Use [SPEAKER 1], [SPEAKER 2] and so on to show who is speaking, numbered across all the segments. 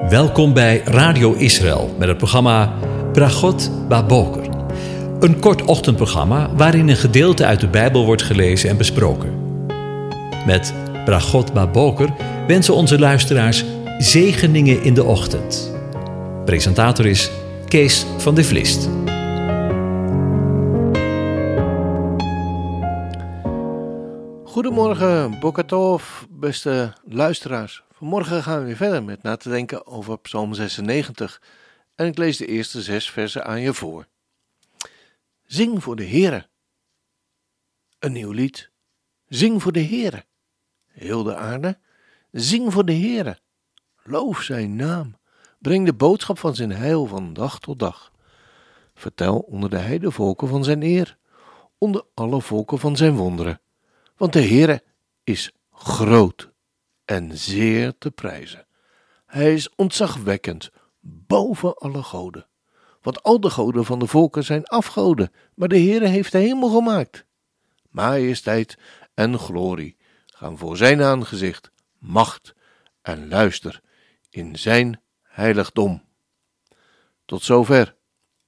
[SPEAKER 1] Welkom bij Radio Israël met het programma Bragot Baboker. Een kort ochtendprogramma waarin een gedeelte uit de Bijbel wordt gelezen en besproken. Met Bragot Baboker wensen onze luisteraars zegeningen in de ochtend. Presentator is Kees van de Vlist.
[SPEAKER 2] Goedemorgen, Bokatov, beste luisteraars. Vanmorgen gaan we weer verder met na te denken over Psalm 96. En ik lees de eerste 6 versen aan je voor. Zing voor de Heere. Een nieuw lied. Zing voor de Heere. Heel de aarde. Zing voor de Heere. Loof zijn naam. Breng de boodschap van zijn heil van dag tot dag. Vertel onder de heidevolken van zijn eer. Onder alle volken van zijn wonderen. Want de Heere is groot en zeer te prijzen. Hij is ontzagwekkend boven alle goden. Want al de goden van de volken zijn afgoden, maar de Heere heeft de hemel gemaakt. Majesteit en glorie gaan voor zijn aangezicht, macht en luister in zijn heiligdom. Tot zover.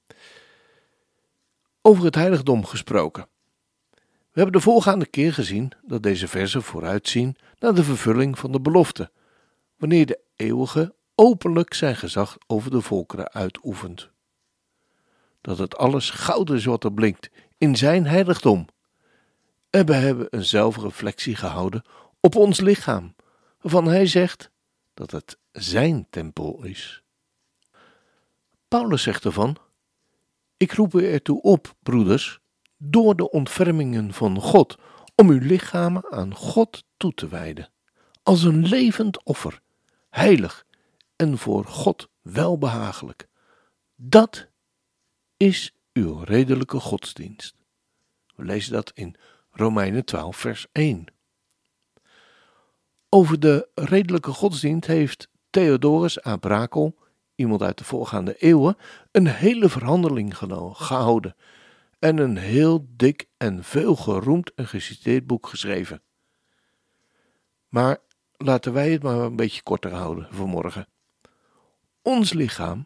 [SPEAKER 2] Over het heiligdom gesproken. We hebben de voorgaande keer gezien dat deze verzen vooruitzien naar de vervulling van de belofte, wanneer de eeuwige openlijk zijn gezag over de volkeren uitoefent. Dat het alles goud is wat er blinkt in zijn heiligdom. En we hebben een zelfreflectie gehouden op ons lichaam, waarvan hij zegt dat het zijn tempel is. Paulus zegt ervan: ik roep u ertoe op, broeders, door de ontfermingen van God, om uw lichamen aan God toe te wijden, als een levend offer, heilig en voor God welbehagelijk. Dat is uw redelijke godsdienst. We lezen dat in Romeinen 12 vers 1. Over de redelijke godsdienst heeft Theodorus A. Brakel, iemand uit de voorgaande eeuwen, een hele verhandeling gehouden en een heel dik en veel geroemd en geciteerd boek geschreven. Maar laten wij het maar een beetje korter houden vanmorgen. Ons lichaam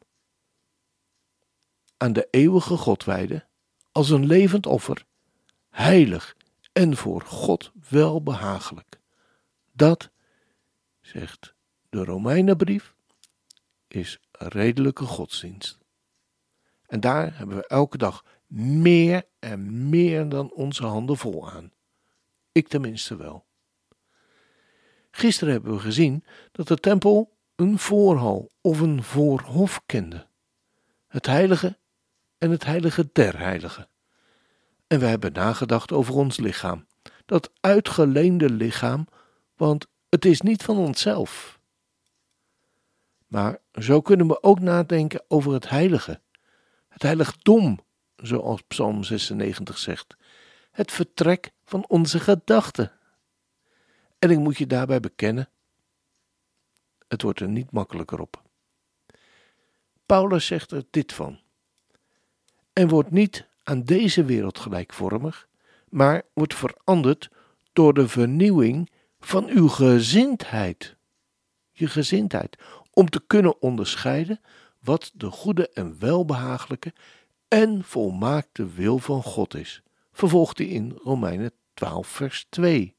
[SPEAKER 2] aan de eeuwige God wijden, als een levend offer, heilig en voor God welbehagelijk. Dat, zegt de Romeinenbrief, is redelijke godsdienst. En daar hebben we elke dag meer en meer dan onze handen vol aan. Ik tenminste wel. Gisteren hebben we gezien dat de tempel een voorhal of een voorhof kende. Het heilige en het heilige der heiligen. En we hebben nagedacht over ons lichaam. Dat uitgeleende lichaam, want het is niet van onszelf. Maar zo kunnen we ook nadenken over het heilige. Het heiligdom, zoals Psalm 96 zegt. Het vertrek van onze gedachten. En ik moet je daarbij bekennen, het wordt er niet makkelijker op. Paulus zegt er dit van: en wordt niet aan deze wereld gelijkvormig, maar wordt veranderd door de vernieuwing van uw gezindheid. Je gezindheid, om te kunnen onderscheiden wat de goede en welbehagelijke en volmaakte wil van God is, vervolgt hij in Romeinen 12 vers 2.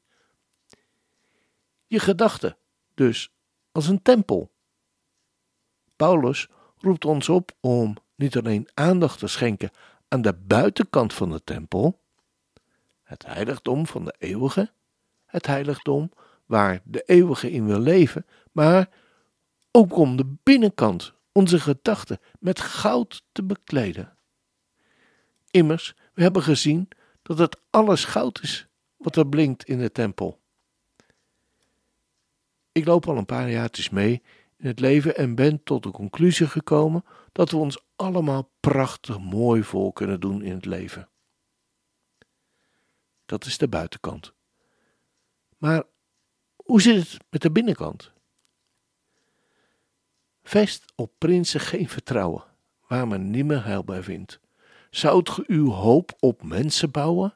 [SPEAKER 2] Je gedachten, dus als een tempel. Paulus roept ons op om niet alleen aandacht te schenken aan de buitenkant van de tempel, het heiligdom van de eeuwige, het heiligdom waar de eeuwige in wil leven, maar ook om de binnenkant, onze gedachten, met goud te bekleden. Immers, we hebben gezien dat het alles goud is wat er blinkt in de tempel. Ik loop al een paar jaartjes mee in het leven en ben tot de conclusie gekomen dat we ons allemaal prachtig mooi voor kunnen doen in het leven. Dat is de buitenkant. Maar hoe zit het met de binnenkant? Vest op prinsen geen vertrouwen, waar men nimmer heil bij vindt. Zoudt ge uw hoop op mensen bouwen?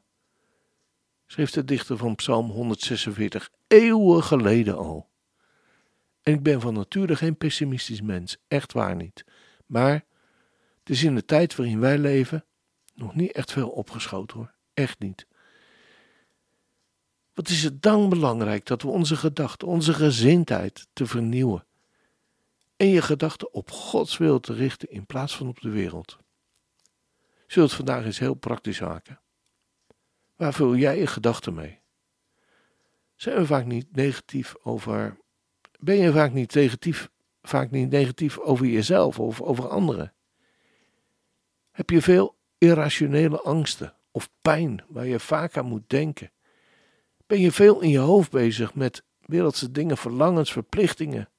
[SPEAKER 2] Schreef de dichter van Psalm 146 eeuwen geleden al. En ik ben van nature geen pessimistisch mens, echt waar niet. Maar het is in de tijd waarin wij leven nog niet echt veel opgeschoten hoor, echt niet. Wat is het dan belangrijk dat we onze gedachten, onze gezindheid te vernieuwen en je gedachten op Gods wil te richten in plaats van op de wereld. Zullen we het vandaag eens heel praktisch maken? Waar vul jij je gedachten mee? Ben je vaak niet negatief over jezelf of over anderen? Heb je veel irrationele angsten of pijn waar je vaak aan moet denken? Ben je veel in je hoofd bezig met wereldse dingen, verlangens, verplichtingen?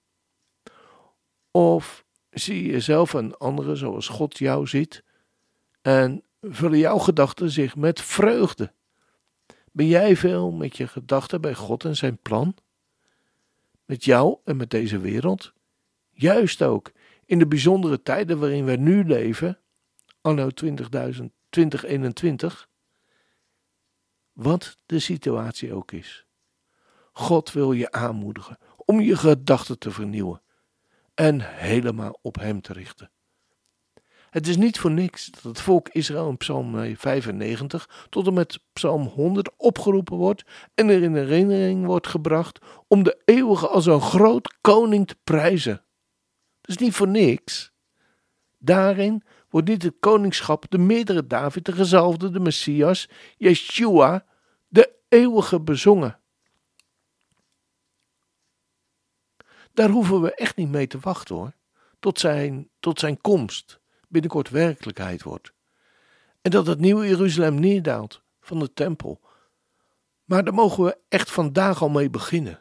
[SPEAKER 2] Of zie je jezelf en anderen zoals God jou ziet en vullen jouw gedachten zich met vreugde? Ben jij veel met je gedachten bij God en zijn plan? Met jou en met deze wereld? Juist ook in de bijzondere tijden waarin we nu leven, anno 2021, wat de situatie ook is. God wil je aanmoedigen om je gedachten te vernieuwen en helemaal op hem te richten. Het is niet voor niks dat het volk Israël in Psalm 95 tot en met Psalm 100 opgeroepen wordt en er in herinnering wordt gebracht om de eeuwige als een groot koning te prijzen. Dat is niet voor niks. Daarin wordt niet het koningschap, de meerdere David, de gezalfde, de Messias, Yeshua, de eeuwige bezongen. Daar hoeven we echt niet mee te wachten hoor, tot zijn komst binnenkort werkelijkheid wordt. En dat het nieuwe Jeruzalem neerdaalt van de tempel. Maar daar mogen we echt vandaag al mee beginnen.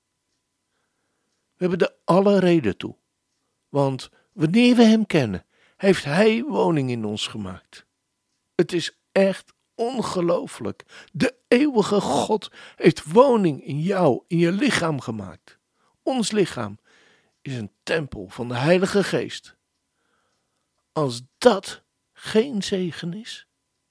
[SPEAKER 2] We hebben er alle reden toe. Want wanneer we hem kennen, heeft hij woning in ons gemaakt. Het is echt ongelooflijk. De eeuwige God heeft woning in jou, in je lichaam gemaakt. Ons lichaam is een tempel van de Heilige Geest. Als dat geen zegen is.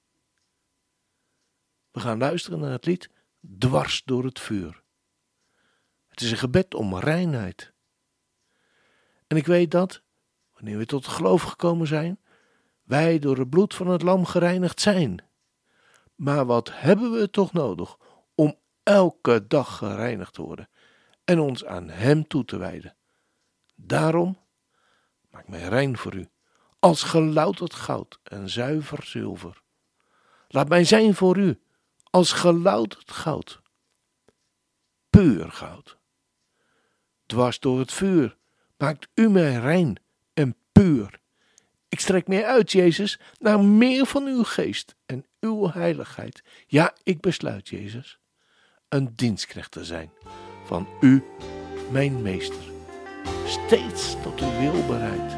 [SPEAKER 2] We gaan luisteren naar het lied Dwars door het vuur. Het is een gebed om reinheid. En ik weet dat, wanneer we tot het geloof gekomen zijn, wij door het bloed van het lam gereinigd zijn. Maar wat hebben we toch nodig om elke dag gereinigd te worden en ons aan hem toe te wijden? Daarom maak mij rein voor u, als gelouterd goud en zuiver zilver. Laat mij zijn voor u, als gelouterd goud, puur goud. Dwars door het vuur maakt u mij rein en puur. Ik strek mij uit, Jezus, naar meer van uw geest en uw heiligheid. Ja, ik besluit, Jezus, een dienstknecht te zijn van u, mijn meester. Steeds tot uw wil bereid.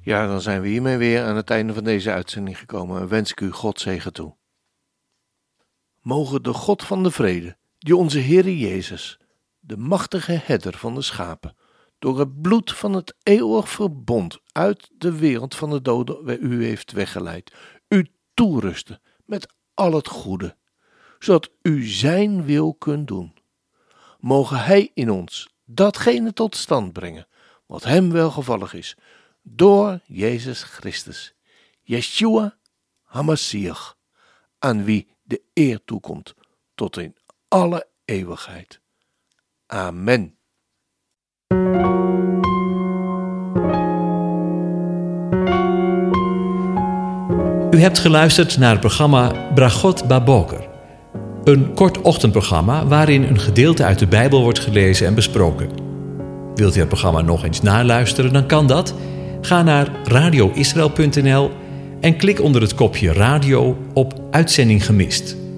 [SPEAKER 2] Ja, dan zijn we hiermee weer aan het einde van deze uitzending gekomen en wens ik u God zegen toe. Mogen de God van de vrede, die onze Heere Jezus, de machtige herder van de schapen, door het bloed van het eeuwig verbond uit de wereld van de doden waar u heeft weggeleid, u toerusten met al het goede, zodat u zijn wil kunt doen. Mogen hij in ons datgene tot stand brengen, wat hem welgevallig is, door Jezus Christus, Yeshua HaMashiach, aan wie de eer toekomt tot in alle eeuwigheid. Amen.
[SPEAKER 1] U hebt geluisterd naar het programma Bragot Baboker. Een kort ochtendprogramma waarin een gedeelte uit de Bijbel wordt gelezen en besproken. Wilt u het programma nog eens naluisteren, dan kan dat. Ga naar radioisrael.nl en klik onder het kopje radio op Uitzending gemist.